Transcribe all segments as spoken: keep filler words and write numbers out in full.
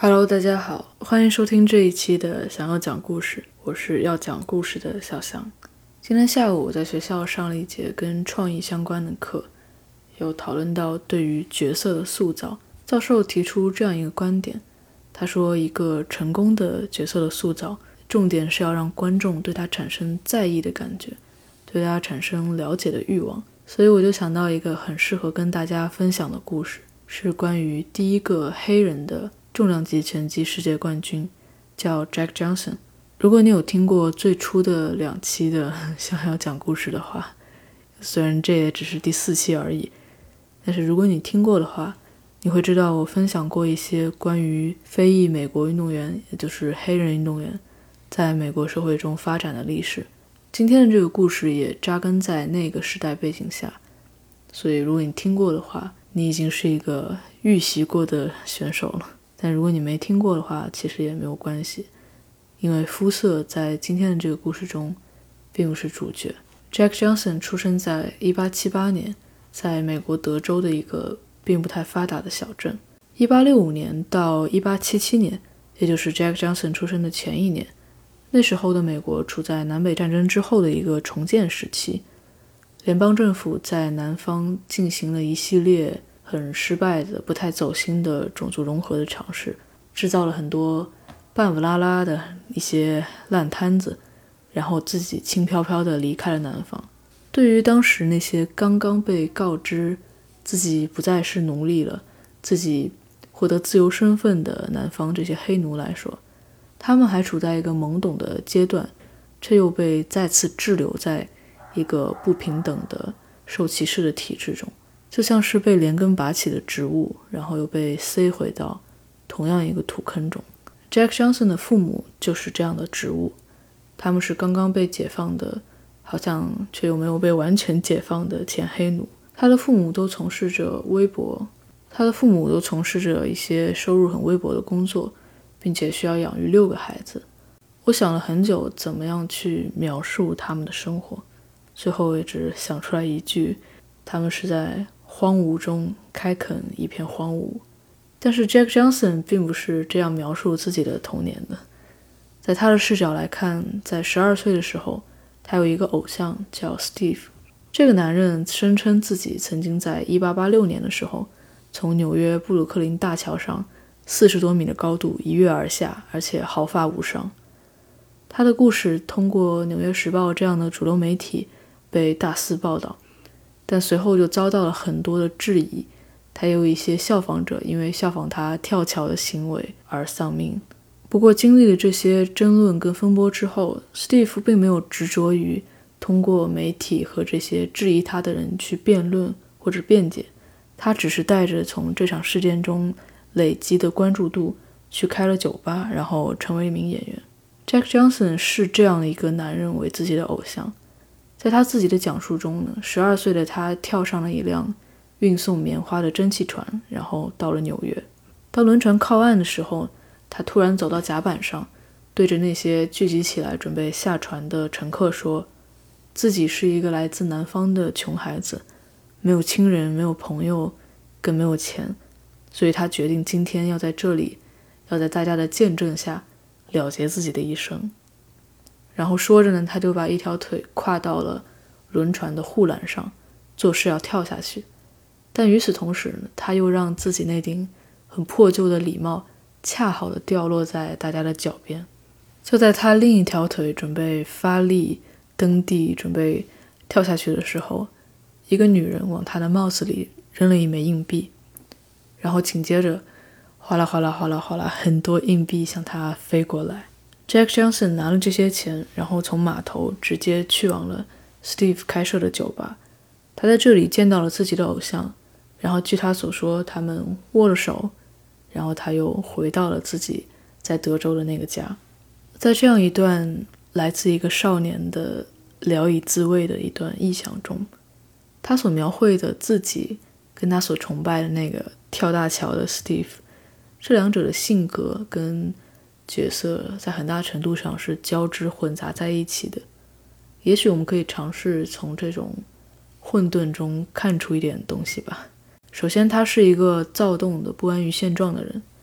Hello，大家好，欢迎收听这一期的想要讲故事，我是要讲故事的小翔。今天下午我在学校上了一节跟创意相关的课，有讨论到对于角色的塑造。教授提出这样一个观点，他说一个成功的角色的塑造，重点是要让观众对他产生在意的感觉，对他产生了解的欲望。所以我就想到一个很适合跟大家分享的故事，是关于第一个黑人的重量级拳击世界冠军，叫 Jack Johnson。 如果你有听过最初的两期的想要讲故事的话，虽然这也只是第四期而已，但是如果你听过的话，你会知道我分享过一些关于非裔美国运动员，也就是黑人运动员在美国社会中发展的历史。今天的这个故事也扎根在那个时代背景下，所以如果你听过的话，你已经是一个预习过的选手了。但如果你没听过的话，其实也没有关系，因为肤色在今天的这个故事中并不是主角。 Jack Johnson 出生在一八七八年，在美国德州的一个并不太发达的小镇。一八六五年到一八七七年，也就是 Jack Johnson 出生的前一年，那时候的美国处在南北战争之后的一个重建时期，联邦政府在南方进行了一系列很失败的不太走心的种族融合的尝试，制造了很多半不拉拉的一些烂摊子，然后自己轻飘飘地离开了南方。对于当时那些刚刚被告知自己不再是奴隶了，自己获得自由身份的南方这些黑奴来说，他们还处在一个懵懂的阶段，却又被再次滞留在一个不平等的受歧视的体制中，就像是被连根拔起的植物，然后又被塞回到同样一个土坑中。 Jack Johnson 的父母就是这样的植物，他们是刚刚被解放的，好像却又没有被完全解放的前黑奴。他的父母都从事着微薄他的父母都从事着一些收入很微薄的工作，并且需要养育六个孩子。我想了很久怎么样去描述他们的生活，最后也只想出来一句，他们是在荒芜中开垦一片荒芜。但是 Jack Johnson 并不是这样描述自己的童年的。在他的视角来看，在十二岁的时候，他有一个偶像叫 Steve。 这个男人声称自己曾经在一八八六年的时候从纽约布鲁克林大桥上四十多米的高度一跃而下，而且毫发无伤。他的故事通过纽约时报这样的主流媒体被大肆报道，但随后就遭到了很多的质疑。他有一些效仿者因为效仿他跳桥的行为而丧命。不过经历了这些争论跟风波之后， Steve 并没有执着于通过媒体和这些质疑他的人去辩论或者辩解，他只是带着从这场事件中累积的关注度去开了酒吧，然后成为一名演员。 Jack Johnson 视这样的一个男人为自己的偶像。在他自己的讲述中呢，十二岁的他跳上了一辆运送棉花的蒸汽船，然后到了纽约。当轮船靠岸的时候，他突然走到甲板上，对着那些聚集起来准备下船的乘客说，自己是一个来自南方的穷孩子，没有亲人，没有朋友，更没有钱，所以他决定今天要在这里，要在大家的见证下了结自己的一生。然后说着呢，他就把一条腿跨到了轮船的护栏上，做事要跳下去。但与此同时呢，他又让自己那顶很破旧的礼帽恰好的掉落在大家的脚边。就在他另一条腿准备发力蹬地准备跳下去的时候，一个女人往他的帽子里扔了一枚硬币，然后紧接着哗啦哗啦哗啦哗啦，很多硬币向他飞过来。 Jack Johnson 拿了这些钱，然后从码头直接去往了 Steve 开设的酒吧。他在这里见到了自己的偶像，然后据他所说，他们握了手，然后他又回到了自己在德州的那个家。在这样一段来自一个少年的聊以自慰的一段臆想中，他所描绘的自己跟他所崇拜的那个跳大桥的 Steve， 这两者的性格跟角色在很大程度上是交织混杂在一起的。也许我们可以尝试从这种混沌中看出一点东西吧。首先，他是一个躁动的不安于现状的人，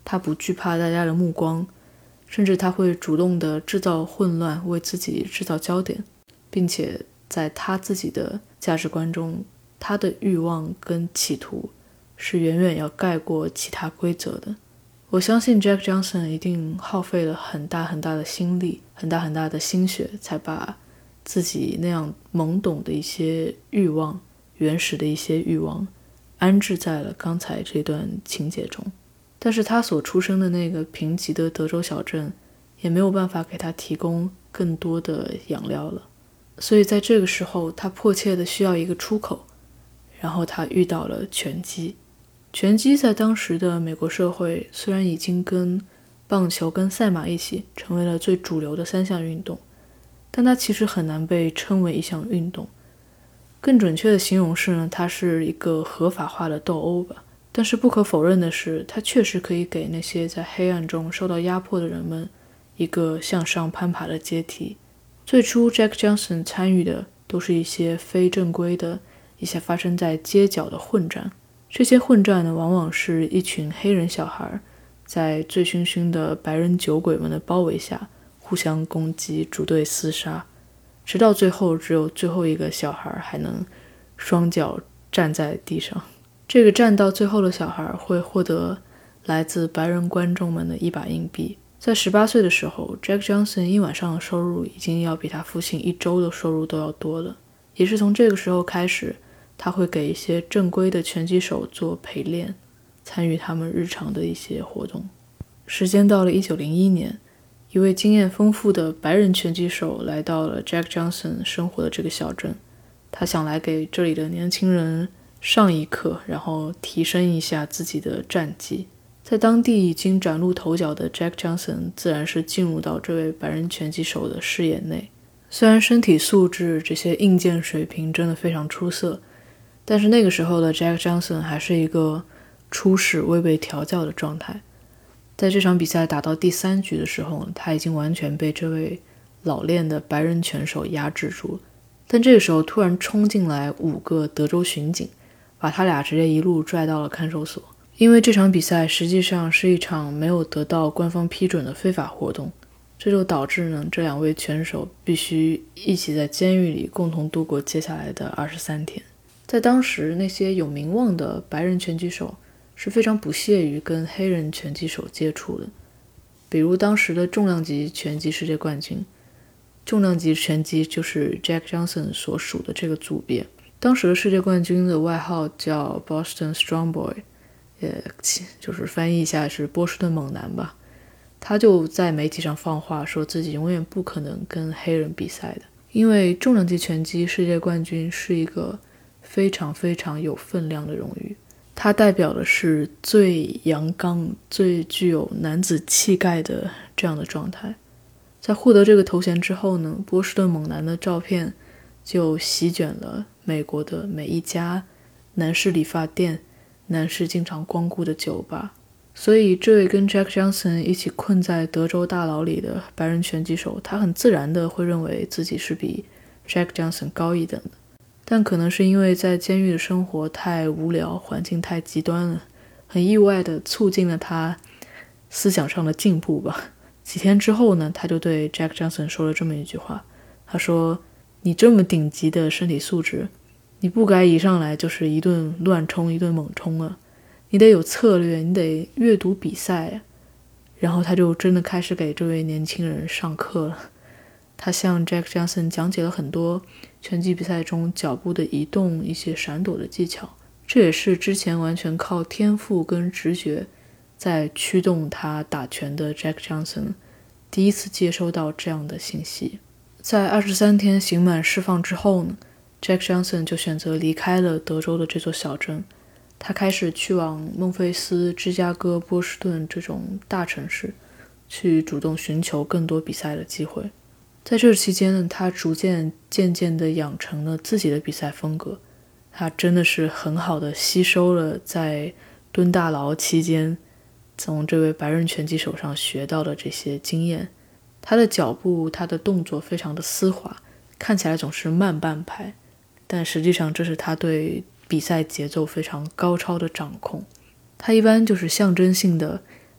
他不惧怕大家的目光，甚至他会主动的制造混乱，为自己制造焦点，并且在他自己的价值观中，他的欲望跟企图是远远要盖过其他规则的。我相信 Jack Johnson 一定耗费了很大很大的心力，很大很大的心血，才把自己那样懵懂的一些欲望，原始的一些欲望安置在了刚才这段情节中。但是他所出生的那个贫瘠的德州小镇也没有办法给他提供更多的养料了，所以在这个时候他迫切的需要一个出口，然后他遇到了拳击。拳击在当时的美国社会虽然已经跟棒球跟赛马一起成为了最主流的三项运动，但它其实很难被称为一项运动。更准确的形容是呢，它是一个合法化的斗殴吧。但是不可否认的是，它确实可以给那些在黑暗中受到压迫的人们一个向上攀爬的阶梯。最初 Jack Johnson 参与的都是一些非正规的一些发生在街角的混战，这些混战呢，往往是一群黑人小孩在醉醺醺的白人酒鬼们的包围下互相攻击，组队厮杀，直到最后只有最后一个小孩还能双脚站在地上。这个站到最后的小孩会获得来自白人观众们的一把硬币。在十八岁的时候， Jack Johnson 一晚上的收入已经要比他父亲一周的收入都要多了。也是从这个时候开始，他会给一些正规的拳击手做陪练，参与他们日常的一些活动。时间到了一九零一年，一位经验丰富的白人拳击手来到了 Jack Johnson 生活的这个小镇，他想来给这里的年轻人上一课，然后提升一下自己的战绩。在当地已经崭露头角的 Jack Johnson 自然是进入到这位白人拳击手的视野内。虽然身体素质这些硬件水平真的非常出色，但是那个时候的 Jack Johnson 还是一个初始未被调教的状态。在这场比赛打到第三局的时候，他已经完全被这位老练的白人拳手压制住了。但这个时候突然冲进来五个德州巡警，把他俩直接一路拽到了看守所。因为这场比赛实际上是一场没有得到官方批准的非法活动，这就导致呢这两位拳手必须一起在监狱里共同度过接下来的二十三天。在当时，那些有名望的白人拳击手是非常不屑于跟黑人拳击手接触的。比如当时的重量级拳击世界冠军，重量级拳击就是 Jack Johnson 所属的这个组别。当时的世界冠军的外号叫 Boston Strong Boy， 也就是翻译一下是波士顿猛男吧。他就在媒体上放话，说自己永远不可能跟黑人比赛的，因为重量级拳击世界冠军是一个非常非常有分量的荣誉，它代表的是最阳刚、最具有男子气概的这样的状态。在获得这个头衔之后呢，波士顿猛男的照片就席卷了美国的每一家男士理发店、男士经常光顾的酒吧。所以这位跟 Jack Johnson 一起困在德州大牢里的白人拳击手，他很自然的会认为自己是比 Jack Johnson 高一等的。但可能是因为在监狱的生活太无聊，环境太极端了，很意外的促进了他思想上的进步吧。几天之后呢，他就对 Jack Johnson 说了这么一句话，他说，你这么顶级的身体素质，你不该一上来就是一顿乱冲一顿猛冲了，你得有策略，你得阅读比赛。然后他就真的开始给这位年轻人上课了。他向 Jack Johnson 讲解了很多拳击比赛中脚步的移动，一些闪躲的技巧，这也是之前完全靠天赋跟直觉在驱动他打拳的 Jack Johnson 第一次接收到这样的信息。在二十三天刑满释放之后呢， Jack Johnson 就选择离开了德州的这座小镇，他开始去往孟菲斯、芝加哥、波士顿这种大城市，去主动寻求更多比赛的机会。在这期间呢，他逐渐渐渐地养成了自己的比赛风格，他真的是很好的吸收了在蹲大牢期间从这位白人拳击手上学到的这些经验。他的脚步，他的动作非常的丝滑，看起来总是慢半拍，但实际上这是他对比赛节奏非常高超的掌控。他一般就是象征性的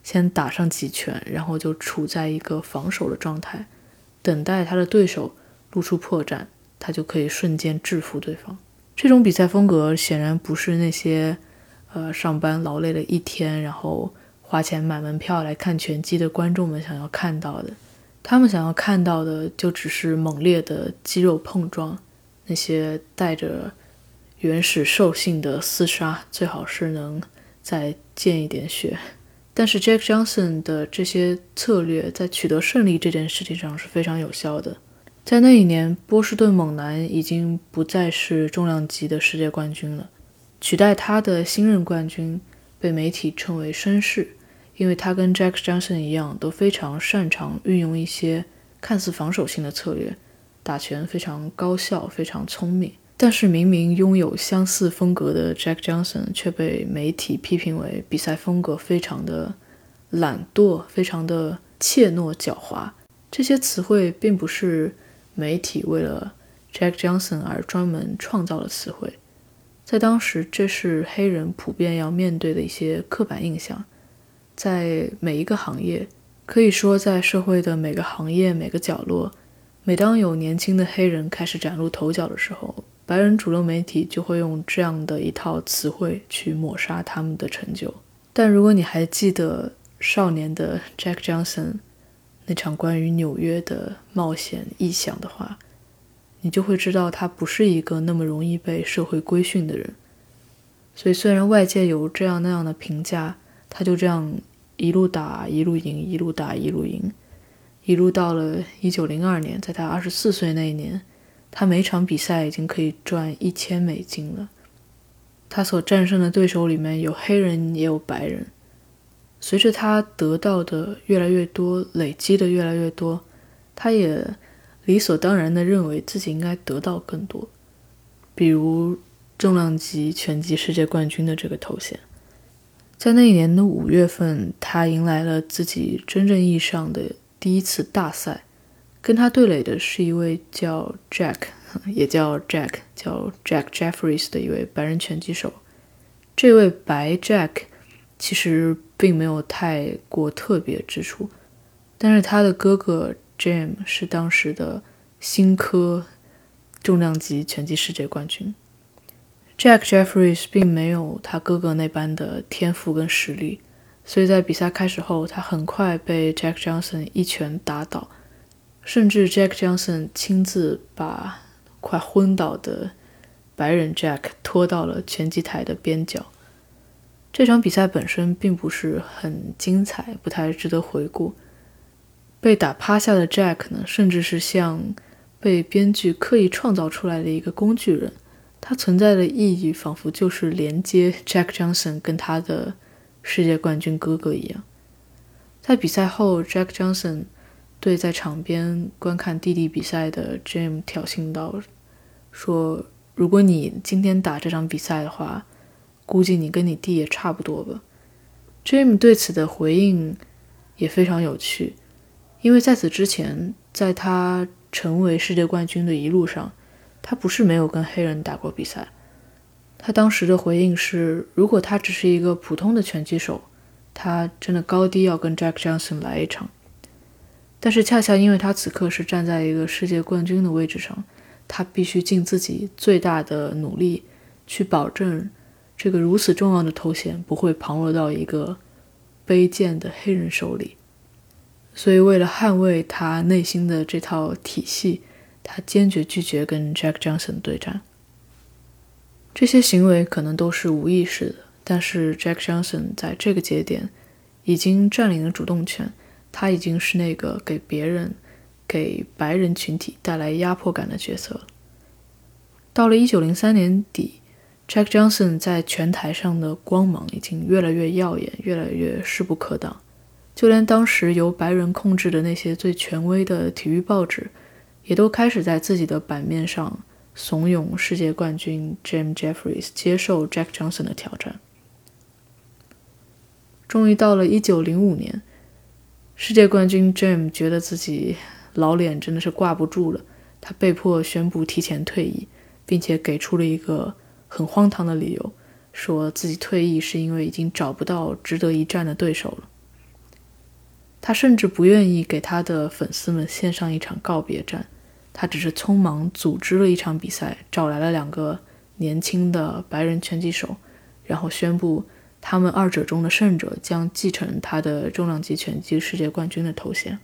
先打上几拳，然后就处在一个防守的状态，等待他的对手露出破绽，他就可以瞬间制服对方。这种比赛风格显然不是那些呃上班劳累了一天，然后花钱买门票来看拳击的观众们想要看到的。他们想要看到的就只是猛烈的肌肉碰撞，那些带着原始兽性的厮杀，最好是能再见一点血。但是 Jack Johnson 的这些策略在取得胜利这件事情上是非常有效的。在那一年，波士顿猛男已经不再是重量级的世界冠军了，取代他的新任冠军被媒体称为绅士，因为他跟 Jack Johnson 一样都非常擅长运用一些看似防守性的策略，打拳非常高效，非常聪明。但是明明拥有相似风格的 Jack Johnson 却被媒体批评为比赛风格非常的懒惰，非常的怯懦狡猾。这些词汇并不是媒体为了 Jack Johnson 而专门创造的词汇，在当时这是黑人普遍要面对的一些刻板印象。在每一个行业，可以说在社会的每个行业每个角落，每当有年轻的黑人开始崭露头角的时候，白人主流媒体就会用这样的一套词汇去抹杀他们的成就。但如果你还记得少年的 Jack Johnson 那场关于纽约的冒险异想的话，你就会知道他不是一个那么容易被社会规训的人。所以虽然外界有这样那样的评价，他就这样一路打一路赢，一路打一路赢，一路到了一九零二年，在他二十四岁那一年，他每场比赛已经可以赚一千美金了。他所战胜的对手里面有黑人也有白人。随着他得到的越来越多，累积的越来越多，他也理所当然地认为自己应该得到更多，比如重量级拳击世界冠军的这个头衔。在那一年的五月份，他迎来了自己真正意义上的第一次大赛，跟他对垒的是一位叫 Jack 也叫 Jack 叫 Jack Jeffries 的一位白人拳击手。这位白 Jack 其实并没有太过特别之处，但是他的哥哥 Jim 是当时的新科重量级拳击世界冠军。Jack Jeffries 并没有他哥哥那般的天赋跟实力，所以在比赛开始后，他很快被 Jack Johnson 一拳打倒，甚至 Jack Johnson 亲自把快昏倒的白人 Jack 拖到了拳击台的边角。这场比赛本身并不是很精彩，不太值得回顾。被打趴下的 Jack 呢，甚至是像被编剧刻意创造出来的一个工具人，它存在的意义仿佛就是连接 Jack Johnson 跟他的世界冠军哥哥一样。在比赛后， Jack Johnson 对在场边观看弟弟比赛的 Jim 挑衅到说，如果你今天打这场比赛的话，估计你跟你弟也差不多吧。 Jim 对此的回应也非常有趣，因为在此之前，在他成为世界冠军的一路上，他不是没有跟黑人打过比赛。他当时的回应是，如果他只是一个普通的拳击手，他真的高低要跟 Jack Johnson 来一场。但是恰恰因为他此刻是站在一个世界冠军的位置上，他必须尽自己最大的努力去保证这个如此重要的头衔不会旁落到一个卑贱的黑人手里。所以为了捍卫他内心的这套体系，他坚决拒绝跟 Jack Johnson 对战。这些行为可能都是无意识的，但是 Jack Johnson 在这个节点已经占领了主动权，他已经是那个给别人给白人群体带来压迫感的角色了。到了一九零三年底， Jack Johnson 在拳台上的光芒已经越来越耀眼，越来越势不可挡。就连当时由白人控制的那些最权威的体育报纸，也都开始在自己的版面上怂恿世界冠军 Jim Jeffries 接受 Jack Johnson 的挑战。终于到了一九零五年，世界冠军 Jim 觉得自己老脸真的是挂不住了，他被迫宣布提前退役，并且给出了一个很荒唐的理由，说自己退役是因为已经找不到值得一战的对手了。 他甚至不愿意给他的粉丝们献上一场告别战，他只是匆忙组织了一场比赛，找来了两个年轻的白人拳击手，然后宣布他们二者中的胜者将继承他的重量级拳击世界冠军的头衔。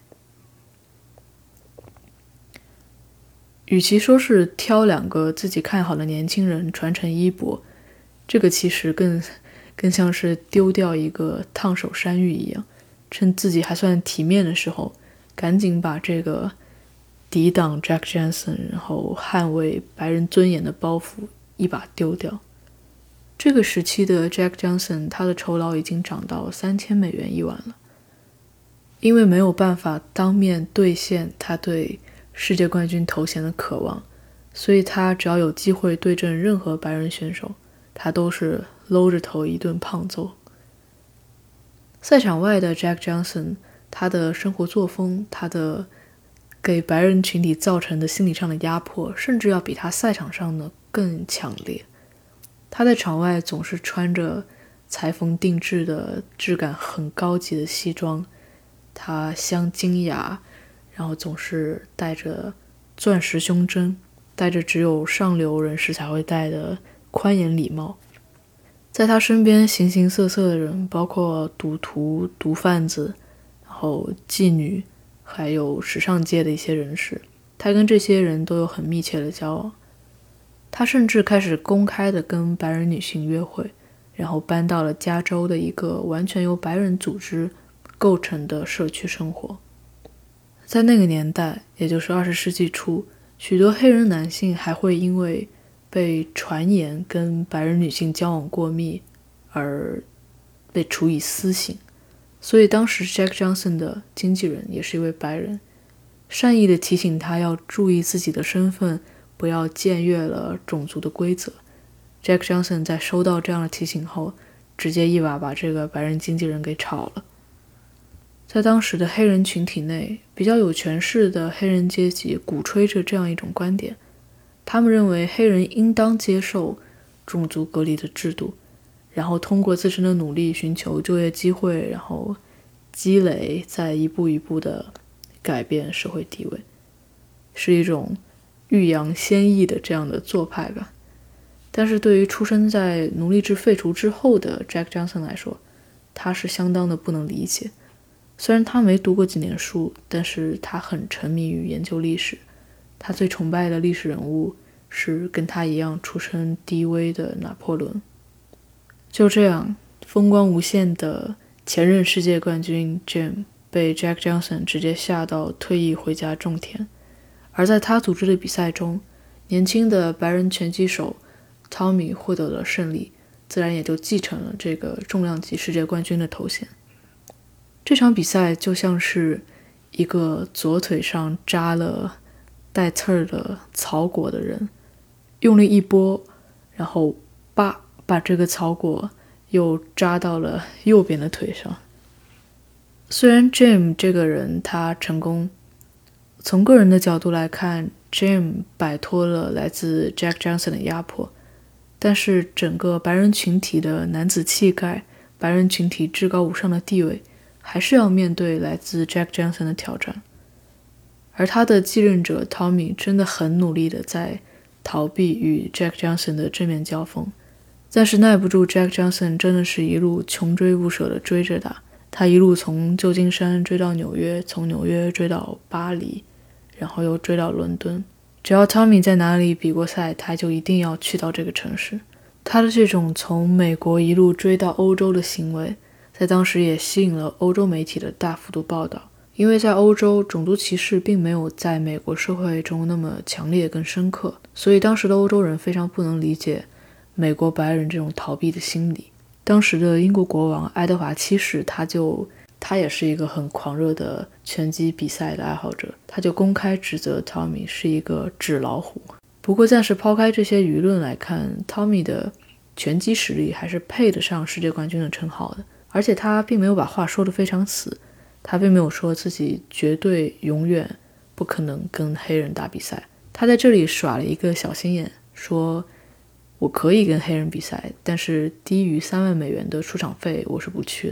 与其说是挑两个自己看好的年轻人传承衣钵，这个其实更更像是丢掉一个烫手山芋一样，趁自己还算体面的时候，赶紧把这个抵挡 Jack Johnson 然后捍卫白人尊严的包袱一把丢掉。这个时期的 Jack Johnson 他的酬劳已经涨到三千美元一晚了，因为没有办法当面兑现他对世界冠军头衔的渴望，所以他只要有机会对阵任何白人选手，他都是搂着头一顿胖揍。赛场外的 Jack Johnson 他的生活作风，他的给白人群体造成的心理上的压迫，甚至要比他赛场上的更强烈。他在场外总是穿着裁缝定制的质感很高级的西装，他镶金牙，然后总是戴着钻石胸针，戴着只有上流人士才会戴的宽檐礼帽。在他身边形形色色的人，包括赌徒、毒贩子，然后妓女，还有时尚界的一些人士，他跟这些人都有很密切的交往。他甚至开始公开的跟白人女性约会，然后搬到了加州的一个完全由白人组织构成的社区生活。在那个年代，也就是二十世纪初，许多黑人男性还会因为被传言跟白人女性交往过密而被处以私刑，所以当时 Jack Johnson 的经纪人也是一位白人，善意的提醒他要注意自己的身份，不要僭越了种族的规则。 Jack Johnson 在收到这样的提醒后，直接一把把这个白人经纪人给炒了。在当时的黑人群体内，比较有权势的黑人阶级鼓吹着这样一种观点，他们认为黑人应当接受种族隔离的制度，然后通过自身的努力寻求就业机会，然后积累，再一步一步的改变社会地位，是一种欲扬先抑的这样的做派吧。但是对于出生在奴隶制废除之后的 Jack Johnson 来说，他是相当的不能理解。虽然他没读过几年书，但是他很沉迷于研究历史，他最崇拜的历史人物是跟他一样出身低微的拿破仑。就这样，风光无限的前任世界冠军 Jim 被 Jack Johnson 直接吓到退役回家种田。而在他组织的比赛中，年轻的白人拳击手 Tommy 获得了胜利，自然也就继承了这个重量级世界冠军的头衔。这场比赛就像是一个左腿上扎了带刺儿的草果的人，用力一拨，然后叭把这个草果又扎到了右边的腿上。虽然 Jim 这个人他成功，从个人的角度来看， Jim 摆脱了来自 Jack Johnson 的压迫，但是整个白人群体的男子气概，白人群体至高无上的地位，还是要面对来自 Jack Johnson 的挑战。而他的继任者 Tommy 真的很努力的在逃避与 Jack Johnson 的正面交锋，但是耐不住 Jack Johnson 真的是一路穷追不舍的追着打，他一路从旧金山追到纽约，从纽约追到巴黎，然后又追到伦敦。只要 Tommy 在哪里比过赛，他就一定要去到这个城市。他的这种从美国一路追到欧洲的行为，在当时也吸引了欧洲媒体的大幅度报道，因为在欧洲，种族歧视并没有在美国社会中那么强烈跟深刻，所以当时的欧洲人非常不能理解美国白人这种逃避的心理。当时的英国国王爱德华七世，他就他也是一个很狂热的拳击比赛的爱好者，他就公开指责 Tommy 是一个纸老虎。不过暂时抛开这些舆论来看， Tommy 的拳击实力还是配得上世界冠军的称号的，而且他并没有把话说得非常死，他并没有说自己绝对永远不可能跟黑人打比赛。他在这里耍了一个小心眼，说我可以跟黑人比赛，但是低于三万美元的出场费我是不去的。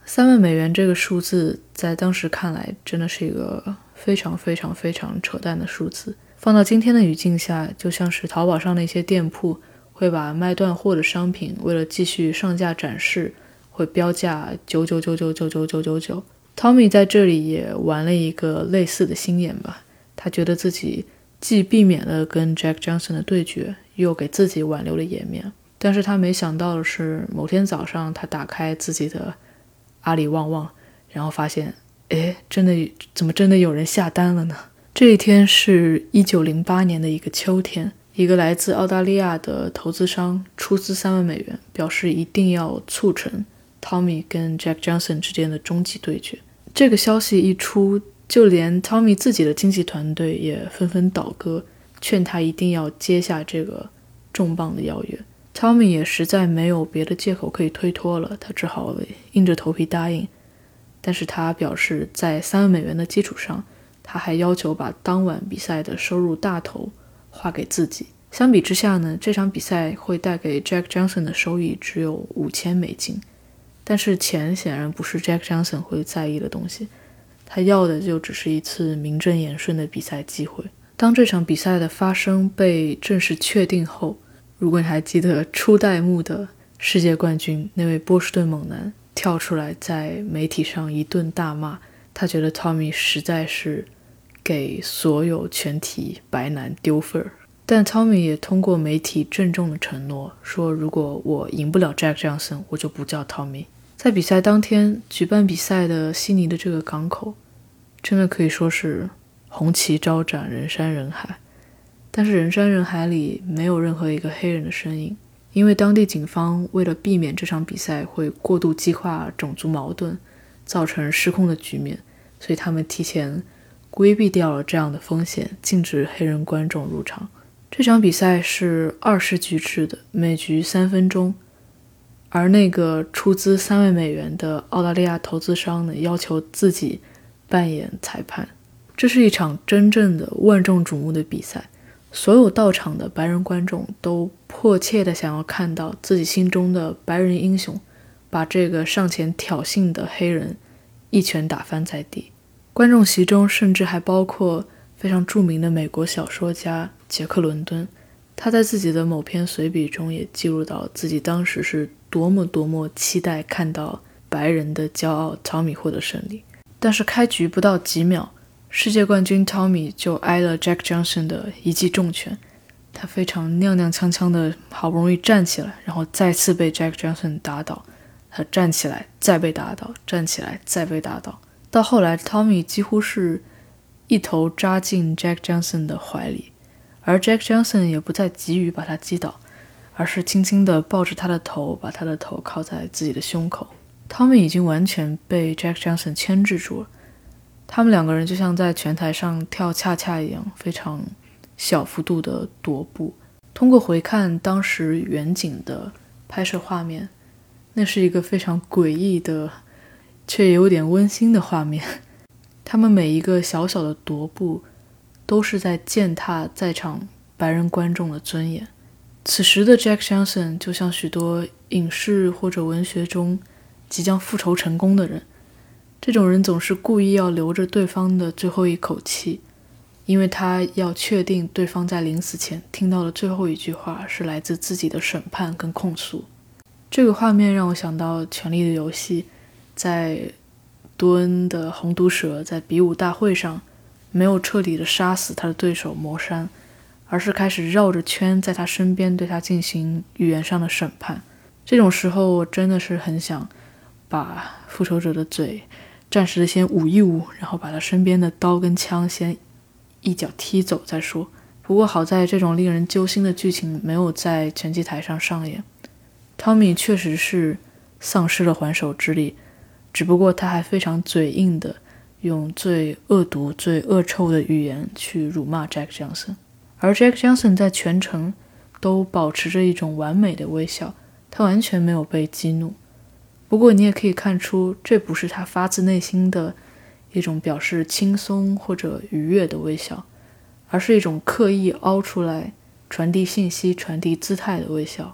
三万美元这个数字在当时看来真的是一个非常非常非常扯淡的数字，放到今天的语境下，就像是淘宝上的一些店铺会把卖断货的商品为了继续上架展示会标价九九九九九九九九九。 Tommy 在这里也玩了一个类似的心眼吧，他觉得自己既避免了跟 Jack Johnson 的对决，又给自己挽留了颜面。但是他没想到的是，某天早上他打开自己的阿里旺旺，然后发现诶，真的怎么真的有人下单了呢？这一天是一九零八年的一个秋天，一个来自澳大利亚的投资商出资三万美元，表示一定要促成 Tommy 跟 Jack Johnson 之间的终极对决。这个消息一出，就连 Tommy 自己的经纪团队也纷纷倒戈，劝他一定要接下这个重磅的邀约。 Tommy 也实在没有别的借口可以推脱了，他只好硬着头皮答应。但是他表示在三万美元的基础上，他还要求把当晚比赛的收入大头划给自己。相比之下呢，这场比赛会带给 Jack Johnson 的收益只有五千美金，但是钱显然不是 Jack Johnson 会在意的东西，他要的就只是一次名正言顺的比赛机会。当这场比赛的发生被正式确定后，如果你还记得初代目的世界冠军那位波士顿猛男跳出来在媒体上一顿大骂，他觉得 Tommy 实在是给所有全体白男丢分儿。但 Tommy 也通过媒体郑重的承诺说，如果我赢不了 Jack Johnson， 我就不叫 Tommy。 在比赛当天举办比赛的悉尼的这个港口真的可以说是红旗招展，人山人海，但是人山人海里没有任何一个黑人的身影，因为当地警方为了避免这场比赛会过度激化种族矛盾，造成失控的局面，所以他们提前规避掉了这样的风险，禁止黑人观众入场。这场比赛是二十局制的，每局三分钟，而那个出资三万美元的澳大利亚投资商呢，要求自己扮演裁判。这是一场真正的万众瞩目的比赛，所有到场的白人观众都迫切地想要看到自己心中的白人英雄把这个上前挑衅的黑人一拳打翻在地。观众席中甚至还包括非常著名的美国小说家杰克伦敦，他在自己的某篇随笔中也记录到自己当时是多么多么期待看到白人的骄傲 Tommy 获得胜利。但是开局不到几秒，世界冠军 Tommy 就挨了 Jack Johnson 的一记重拳，他非常踉踉跄跄的好不容易站起来，然后再次被 Jack Johnson 打倒，他站起来再被打倒，站起来再被打倒，到后来 Tommy 几乎是一头扎进 Jack Johnson 的怀里，而 Jack Johnson 也不再急于把他击倒，而是轻轻地抱着他的头，把他的头靠在自己的胸口。 Tommy 已经完全被 Jack Johnson 牵制住了，他们两个人就像在拳台上跳恰恰一样，非常小幅度的踱步。通过回看当时远景的拍摄画面，那是一个非常诡异的却也有点温馨的画面。他们每一个小小的踱步都是在践踏在场白人观众的尊严。此时的 Jack Johnson 就像许多影视或者文学中即将复仇成功的人，这种人总是故意要留着对方的最后一口气，因为他要确定对方在临死前听到的最后一句话是来自自己的审判跟控诉。这个画面让我想到《权力的游戏》，在多恩的红毒蛇在比武大会上没有彻底的杀死他的对手魔山，而是开始绕着圈在他身边对他进行语言上的审判。这种时候我真的是很想把复仇者的嘴暂时的先捂一捂，然后把他身边的刀跟枪先一脚踢走再说。不过好在这种令人揪心的剧情没有在拳击台上上演， Tommy 确实是丧失了还手之力，只不过他还非常嘴硬的用最恶毒最恶臭的语言去辱骂 Jack Johnson， 而 Jack Johnson 在全程都保持着一种完美的微笑，他完全没有被激怒。不过你也可以看出，这不是他发自内心的一种表示轻松或者愉悦的微笑，而是一种刻意凹出来传递信息传递姿态的微笑。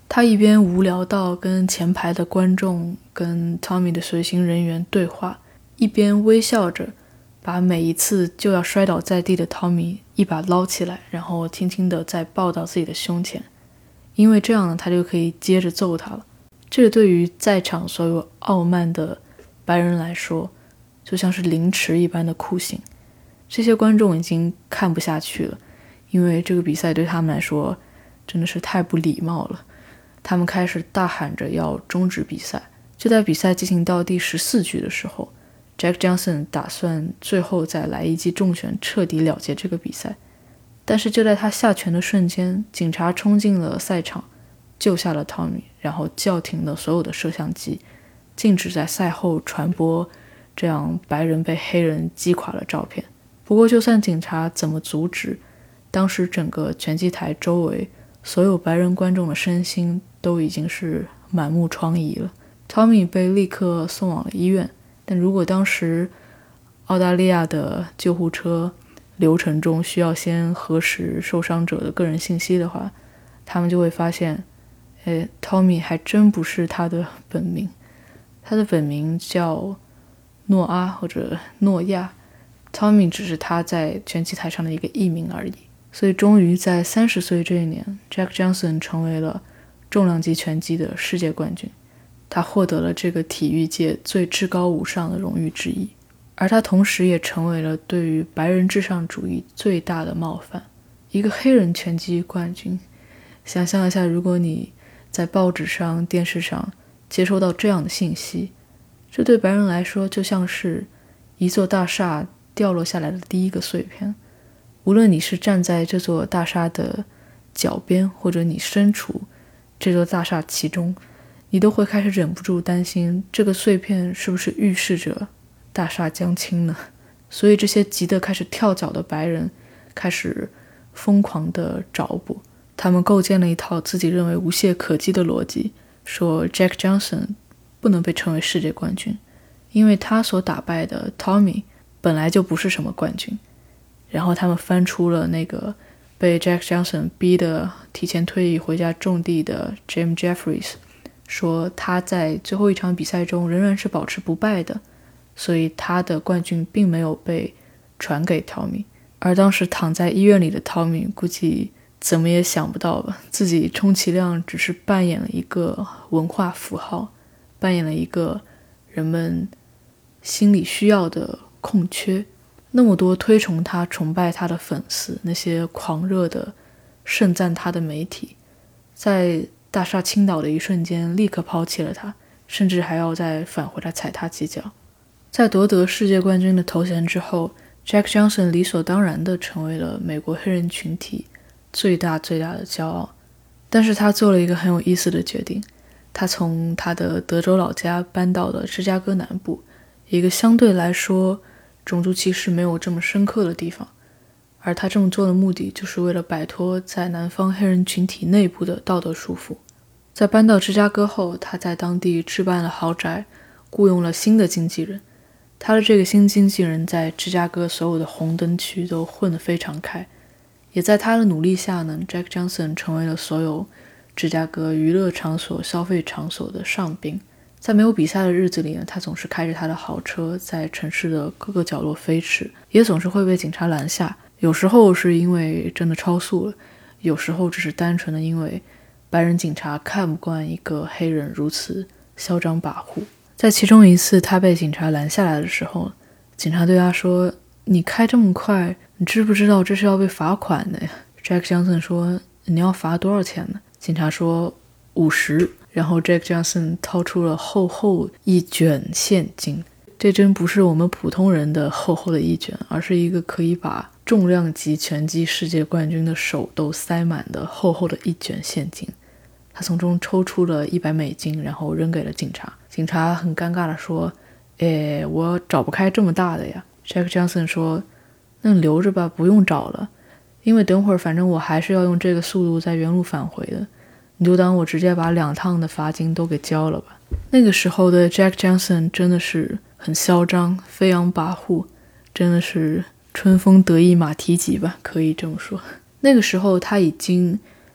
他一边无聊到跟前排的观众跟 Tommy 的随行人员对话，一边微笑着把每一次就要摔倒在地的 Tommy 一把捞起来，然后轻轻地再抱到自己的胸前，因为这样呢，他就可以接着揍他了。这个对于在场所有傲慢的白人来说，就像是凌迟一般的酷刑。这些观众已经看不下去了，因为这个比赛对他们来说真的是太不礼貌了。他们开始大喊着要终止比赛。就在比赛进行到第十四局的时候， Jack Johnson 打算最后再来一记重拳彻底了结这个比赛。但是就在他下拳的瞬间，警察冲进了赛场，救下了 Tommy， 然后叫停了所有的摄像机，禁止在赛后传播这样白人被黑人击垮的照片。不过就算警察怎么阻止，当时整个拳击台周围所有白人观众的身心都已经是满目疮痍了。 Tommy 被立刻送往了医院，但如果当时澳大利亚的救护车流程中需要先核实受伤者的个人信息的话，他们就会发现诶 Tommy 还真不是他的本名，他的本名叫诺阿或者诺亚， Tommy 只是他在拳击台上的一个艺名而已。所以终于在三十岁这一年， Jack Johnson 成为了重量级拳击的世界冠军，他获得了这个体育界最至高无上的荣誉之一，而他同时也成为了对于白人至上主义最大的冒犯。一个黑人拳击冠军，想象一下，如果你在报纸上、电视上接收到这样的信息，这对白人来说就像是一座大厦掉落下来的第一个碎片。无论你是站在这座大厦的脚边，或者你身处这座大厦其中，你都会开始忍不住担心，这个碎片是不是预示着大厦将倾呢？所以这些急得开始跳脚的白人开始疯狂地找补，他们构建了一套自己认为无懈可击的逻辑，说 Jack Johnson 不能被称为世界冠军，因为他所打败的 Tommy 本来就不是什么冠军。然后他们翻出了那个被 Jack Johnson 逼得提前退役回家种地的 Jim Jeffries， 说他在最后一场比赛中仍然是保持不败的，所以他的冠军并没有被传给 Tommy。 而当时躺在医院里的 Tommy 估计怎么也想不到吧，自己充其量只是扮演了一个文化符号，扮演了一个人们心里需要的空缺。那么多推崇他、崇拜他的粉丝，那些狂热的盛赞他的媒体，在大厦倾倒的一瞬间立刻抛弃了他，甚至还要再返回来踩他几脚。在夺得世界冠军的头衔之后， Jack Johnson 理所当然地成为了美国黑人群体最大最大的骄傲。但是他做了一个很有意思的决定，他从他的德州老家搬到了芝加哥南部，一个相对来说种族歧视没有这么深刻的地方，而他这么做的目的就是为了摆脱在南方黑人群体内部的道德束缚。在搬到芝加哥后，他在当地置办了豪宅，雇佣了新的经纪人。他的这个新经纪人在芝加哥所有的红灯区都混得非常开，也在他的努力下呢， Jack Johnson 成为了所有芝加哥娱乐场所、消费场所的上宾。在没有比赛的日子里呢，他总是开着他的豪车在城市的各个角落飞驰，也总是会被警察拦下。有时候是因为真的超速了，有时候只是单纯的因为白人警察看不惯一个黑人如此嚣张跋扈。在其中一次他被警察拦下来的时候，警察对他说，你开这么快，你知不知道这是要被罚款的呀？ Jack Johnson 说，你要罚多少钱呢？警察说五十。然后 Jack Johnson 掏出了厚厚一卷现金，这真不是我们普通人的厚厚的一卷，而是一个可以把重量级拳击世界冠军的手都塞满的厚厚的一卷现金。他从中抽出了一百美金，然后扔给了警察。警察很尴尬地说，诶，我找不开这么大的呀。 Jack Johnson 说，那你留着吧，不用找了，因为等会儿反正我还是要用这个速度在原路返回的，你就当我直接把两趟的罚金都给交了吧。那个时候的 Jack Johnson 真的是很嚣张，飞扬跋扈，真的是春风得意马蹄疾吧，可以这么说。那个时候他已经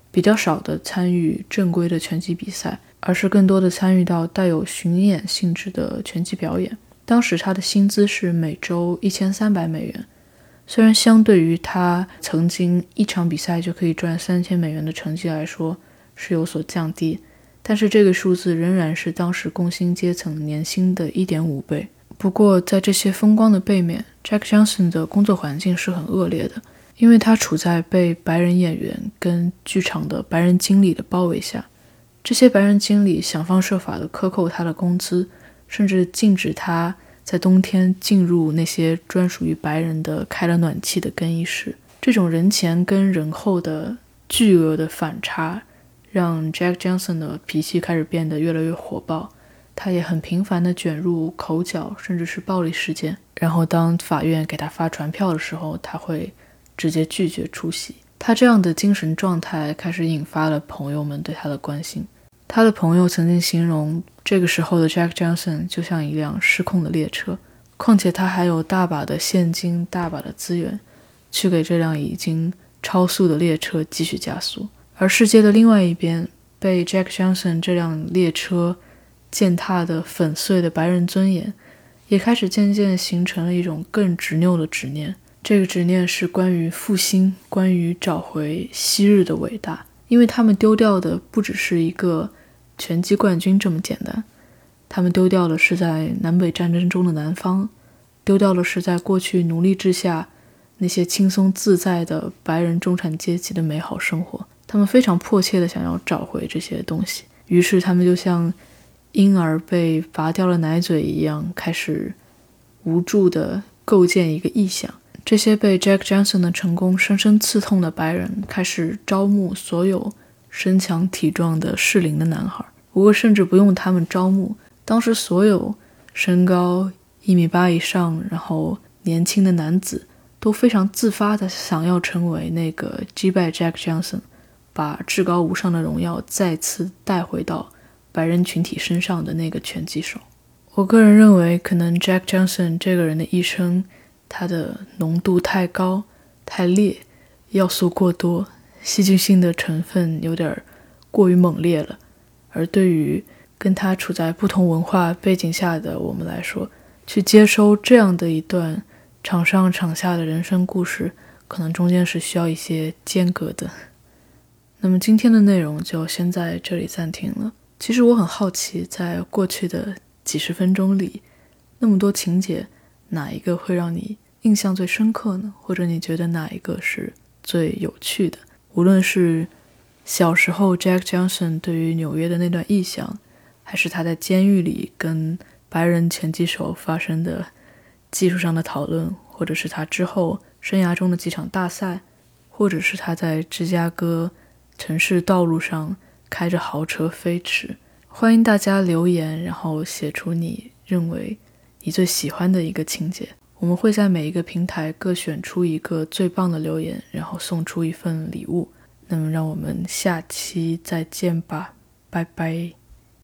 比较少的参与正规的拳击比赛，而是更多的参与到带有巡演性质的拳击表演。当时他的薪资是每周一千三百美元，虽然相对于他曾经一场比赛就可以赚三千美元的成绩来说是有所降低，但是这个数字仍然是当时工薪阶层年薪的 一点五倍。不过在这些风光的背面， Jack Johnson 的工作环境是很恶劣的，因为他处在被白人演员跟剧场的白人经理的包围下。这些白人经理想方设法地克扣他的工资，甚至禁止他在冬天进入那些专属于白人的开了暖气的更衣室。这种人前跟人后的巨额的反差让 Jack Johnson 的脾气开始变得越来越火爆，他也很频繁地卷入口角甚至是暴力事件，然后当法院给他发传票的时候，他会直接拒绝出席。他这样的精神状态开始引发了朋友们对他的关心。他的朋友曾经形容这个时候的 Jack Johnson 就像一辆失控的列车，况且他还有大把的现金，大把的资源去给这辆已经超速的列车继续加速。而世界的另外一边，被 Jack Johnson 这辆列车践踏的粉碎的白人尊严也开始渐渐形成了一种更执拗的执念。这个执念是关于复兴，关于找回昔日的伟大，因为他们丢掉的不只是一个拳击冠军这么简单，他们丢掉的是在南北战争中的南方，丢掉的是在过去奴隶制下那些轻松自在的白人中产阶级的美好生活。他们非常迫切地想要找回这些东西，于是他们就像婴儿被拔掉了奶嘴一样，开始无助地构建一个臆想。这些被 Jack Johnson 的成功深深刺痛的白人开始招募所有身强体壮的适龄的男孩，不过甚至不用他们招募，当时所有身高一米八以上然后年轻的男子都非常自发地想要成为那个击败 Jack Johnson， 把至高无上的荣耀再次带回到白人群体身上的那个拳击手。我个人认为可能 Jack Johnson 这个人的一生，他的浓度太高太烈，要素过多，戏剧性的成分有点过于猛烈了，而对于跟他处在不同文化背景下的我们来说，去接收这样的一段场上场下的人生故事，可能中间是需要一些间隔的。那么今天的内容就先在这里暂停了。其实我很好奇，在过去的几十分钟里，那么多情节，哪一个会让你印象最深刻呢？或者你觉得哪一个是最有趣的？无论是小时候 Jack Johnson 对于纽约的那段臆想，还是他在监狱里跟白人拳击手发生的技术上的讨论，或者是他之后生涯中的几场大赛，或者是他在芝加哥城市道路上开着豪车飞驰。欢迎大家留言，然后写出你认为你最喜欢的一个情节。我们会在每一个平台各选出一个最棒的留言，然后送出一份礼物。那么让我们下期再见吧，拜拜。